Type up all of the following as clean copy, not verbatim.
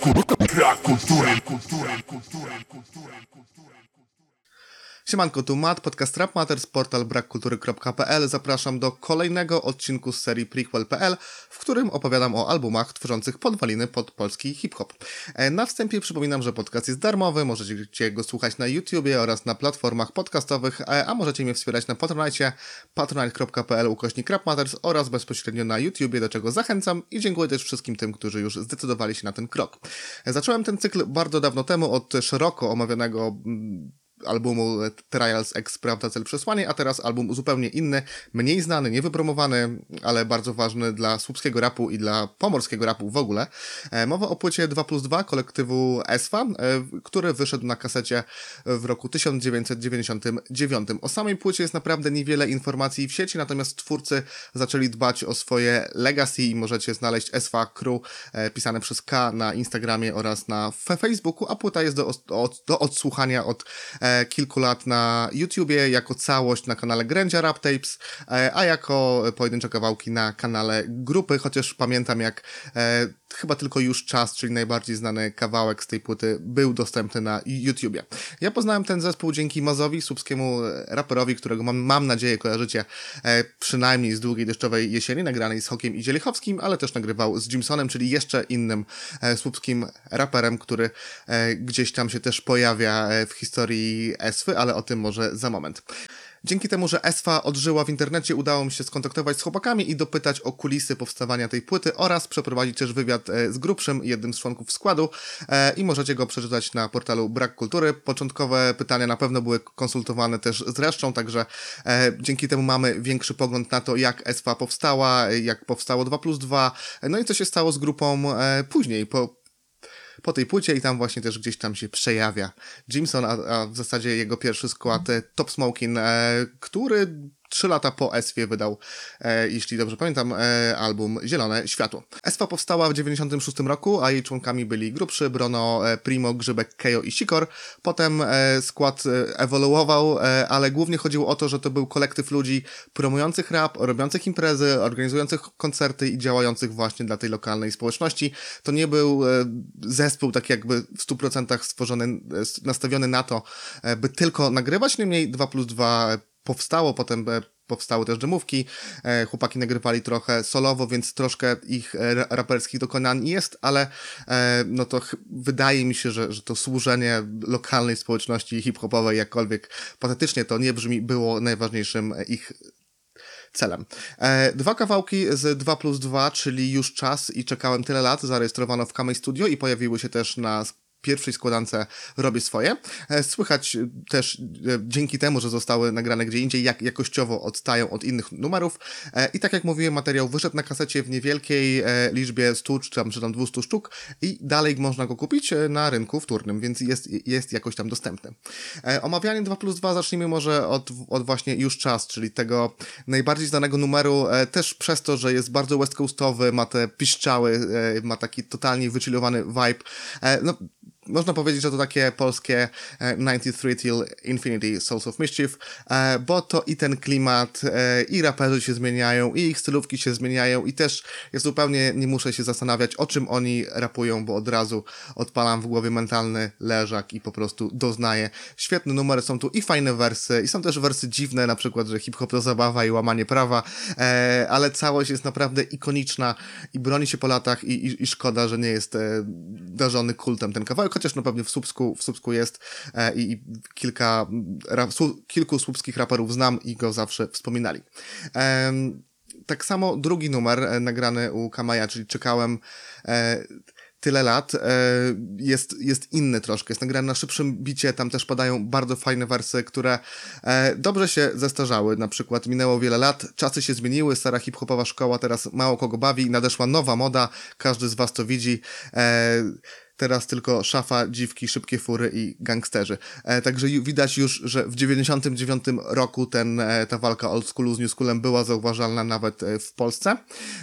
Brak kultury. Siemanko, tu Matt, podcast Rap Matters, portal brakkultury.pl. Zapraszam do kolejnego odcinku z serii Prequel.pl, w którym opowiadam o albumach tworzących podwaliny pod polski hip-hop. Na wstępie przypominam, że podcast jest darmowy, możecie go słuchać na YouTubie oraz na platformach podcastowych, a możecie mnie wspierać na Patronite, patronite.pl/Rap Matters oraz bezpośrednio na YouTubie, do czego zachęcam i dziękuję też wszystkim tym, którzy już zdecydowali się na ten krok. Zacząłem ten cykl bardzo dawno temu od szeroko omawianego albumu Trials X Prawda Cel Przesłanie, a teraz album zupełnie inny, mniej znany, niewypromowany, ale bardzo ważny dla słupskiego rapu i dla pomorskiego rapu w ogóle. Mowa o płycie 2+2 kolektywu Esfa, który wyszedł na kasecie w roku 1999. O samej płycie jest naprawdę niewiele informacji w sieci, natomiast twórcy zaczęli dbać o swoje legacy i możecie znaleźć Esfa Crew pisane przez K na Instagramie oraz na Facebooku, a płyta jest do odsłuchania od kilku lat na YouTubie, jako całość na kanale Grędzia Rap Tapes, a jako pojedyncze kawałki na kanale grupy, chociaż pamiętam jak chyba tylko Już Czas, czyli najbardziej znany kawałek z tej płyty, był dostępny na YouTubie. Ja poznałem ten zespół dzięki Mazowi, słupskiemu raperowi, którego mam nadzieję kojarzycie przynajmniej z Długiej Deszczowej Jesieni, nagranej z Hokiem i Zielichowskim, ale też nagrywał z Jimsonem, czyli jeszcze innym słupskim raperem, który gdzieś tam się też pojawia w historii Esfy, ale o tym może za moment. Dzięki temu, że Esfa odżyła w internecie, udało mi się skontaktować z chłopakami i dopytać o kulisy powstawania tej płyty oraz przeprowadzić też wywiad z Grubszym, jednym z członków składu, i możecie go przeczytać na portalu Brak Kultury. Początkowe pytania na pewno były konsultowane też z resztą, także dzięki temu mamy większy pogląd na to, jak Esfa powstała, jak powstało 2+2, no i co się stało z grupą później, po tej płycie i tam właśnie też gdzieś tam się przejawia Jimson, a w zasadzie jego pierwszy skład Top Smokin, który 3 lata po Esfie wydał, jeśli dobrze pamiętam, album Zielone Światło. Esfa powstała w 96 roku, a jej członkami byli Grubszy, Brono, Primo, Grzybek, Kejo i Sikor. Potem skład ewoluował, ale głównie chodziło o to, że to był kolektyw ludzi promujących rap, robiących imprezy, organizujących koncerty i działających właśnie dla tej lokalnej społeczności. To nie był zespół tak jakby w 100% stworzony, nastawiony na to, by tylko nagrywać, niemniej 2+2 powstało, potem powstały też dżemówki, chłopaki nagrywali trochę solowo, więc troszkę ich raperskich dokonań jest, ale no to wydaje mi się, że to służenie lokalnej społeczności hip-hopowej, jakkolwiek patetycznie to nie brzmi, było najważniejszym ich celem. 2 kawałki z 2+2, czyli Już Czas i Czekałem Tyle Lat, zarejestrowano w Kamej Studio i pojawiły się też na pierwszej składance Robię Swoje. Słychać też dzięki temu, że zostały nagrane gdzie indziej, jak jakościowo odstają od innych numerów. I tak jak mówiłem, materiał wyszedł na kasecie w niewielkiej liczbie 100 czy tam 200 sztuk i dalej można go kupić na rynku wtórnym, więc jest jakoś tam dostępny. Omawianie 2+2 zacznijmy może od właśnie Już Czas, czyli tego najbardziej znanego numeru, też przez to, że jest bardzo west coastowy, ma te piszczały, ma taki totalnie wychillowany vibe. No, można powiedzieć, że to takie polskie 93 Till Infinity Souls of Mischief, bo to i ten klimat, i raperzy się zmieniają, i ich stylówki się zmieniają i też ja zupełnie nie muszę się zastanawiać, o czym oni rapują, bo od razu odpalam w głowie mentalny leżak i po prostu doznaję. Świetne numery, są tu i fajne wersy, i są też wersy dziwne, na przykład, że hip-hop to zabawa i łamanie prawa, ale całość jest naprawdę ikoniczna i broni się po latach i szkoda, że nie jest darzony kultem ten kawałek, chociaż no pewnie w Słupsku jest i kilku słupskich raperów znam i go zawsze wspominali. Tak samo drugi numer nagrany u Kamaja, czyli Czekałem Tyle Lat, jest inny troszkę, jest nagrany na szybszym bicie, tam też padają bardzo fajne wersy, które dobrze się zestarzały, na przykład minęło wiele lat, czasy się zmieniły, stara hip-hopowa szkoła teraz mało kogo bawi, nadeszła nowa moda, każdy z was to widzi, teraz tylko szafa, dziwki, szybkie fury i gangsterzy. Także widać już, że w 99 roku ta walka old schoolu z new schoolem była zauważalna nawet w Polsce.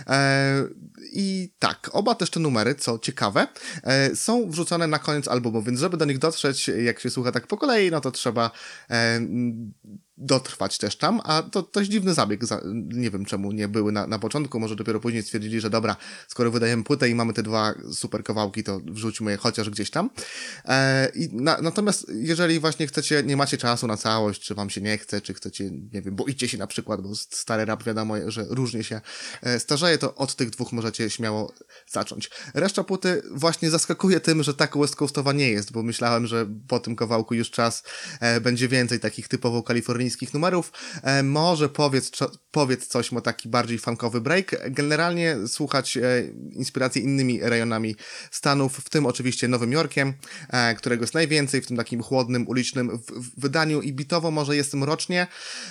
I tak, oba też te numery, co ciekawe, są wrzucone na koniec albumu, więc żeby do nich dotrzeć, jak się słucha tak po kolei, no to trzeba dotrwać też tam, a to dość dziwny zabieg. Nie wiem, czemu nie były na początku, może dopiero później stwierdzili, że dobra, skoro wydajemy płytę i mamy te 2 super kawałki, to wrzućmy je chociaż gdzieś tam. Natomiast jeżeli właśnie nie macie czasu na całość, czy wam się nie chce, czy chcecie, nie wiem, boicie się na przykład, bo stary rap wiadomo, że różnie się starzeje, to od tych 2 możecie śmiało zacząć. Reszta płyty właśnie zaskakuje tym, że tak West Coastowa nie jest, bo myślałem, że po tym kawałku już czas będzie więcej takich typowo kalifornijskich numerów. Może powiedz coś, ma taki bardziej funkowy break. Generalnie słuchać inspiracji innymi rejonami Stanów, w tym oczywiście Nowym Jorkiem, którego jest najwięcej w tym takim chłodnym, ulicznym wydaniu i bitowo może jest mrocznie,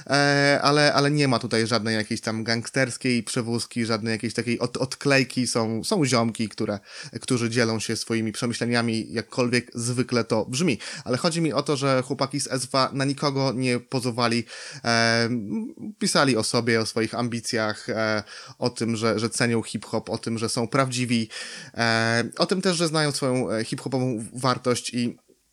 ale nie ma tutaj żadnej jakiejś tam gangsterskiej przewózki, żadnej jakiejś takiej odklejki. Są ziomki, którzy dzielą się swoimi przemyśleniami, jakkolwiek zwykle to brzmi. Ale chodzi mi o to, że chłopaki z S2 na nikogo nie pozowali, pisali o sobie, o swoich ambicjach, o tym, że cenią hip-hop, o tym, że są prawdziwi, o tym też, że znają swoją hip-hopową wartość i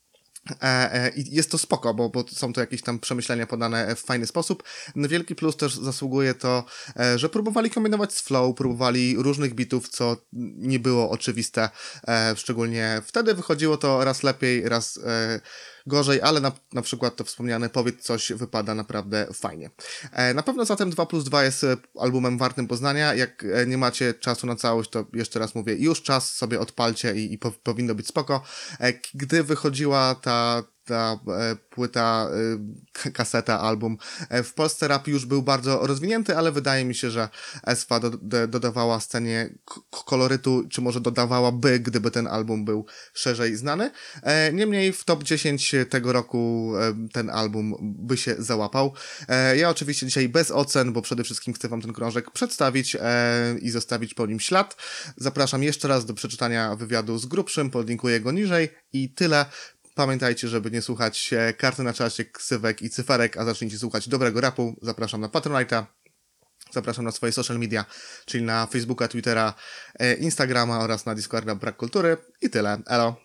jest to spoko, bo są to jakieś tam przemyślenia podane w fajny sposób. No wielki plus też zasługuje to, że próbowali kombinować z flow, próbowali różnych bitów, co nie było oczywiste, szczególnie wtedy wychodziło to raz lepiej, raz gorzej, ale na przykład to wspomniane Powiedz coś wypada naprawdę fajnie. Na pewno zatem 2+2 jest albumem wartym poznania. Jak nie macie czasu na całość, to jeszcze raz mówię, już czas sobie odpalcie i powinno być spoko. Gdy wychodziła ta płyta, kaseta, album. W Polsce rap już był bardzo rozwinięty, ale wydaje mi się, że S2 dodawała scenie kolorytu, czy może dodawałaby, gdyby ten album był szerzej znany. Niemniej w top 10 tego roku ten album by się załapał. Ja oczywiście dzisiaj bez ocen, bo przede wszystkim chcę wam ten krążek przedstawić i zostawić po nim ślad. Zapraszam jeszcze raz do przeczytania wywiadu z Grubszym, podlinkuję go niżej i tyle. Pamiętajcie, żeby nie słuchać Karty na czasie, ksywek i cyferek, a zacznijcie słuchać dobrego rapu. Zapraszam na Patronite'a, zapraszam na swoje social media, czyli na Facebooka, Twittera, Instagrama oraz na Discorda Brak Kultury i tyle. Elo!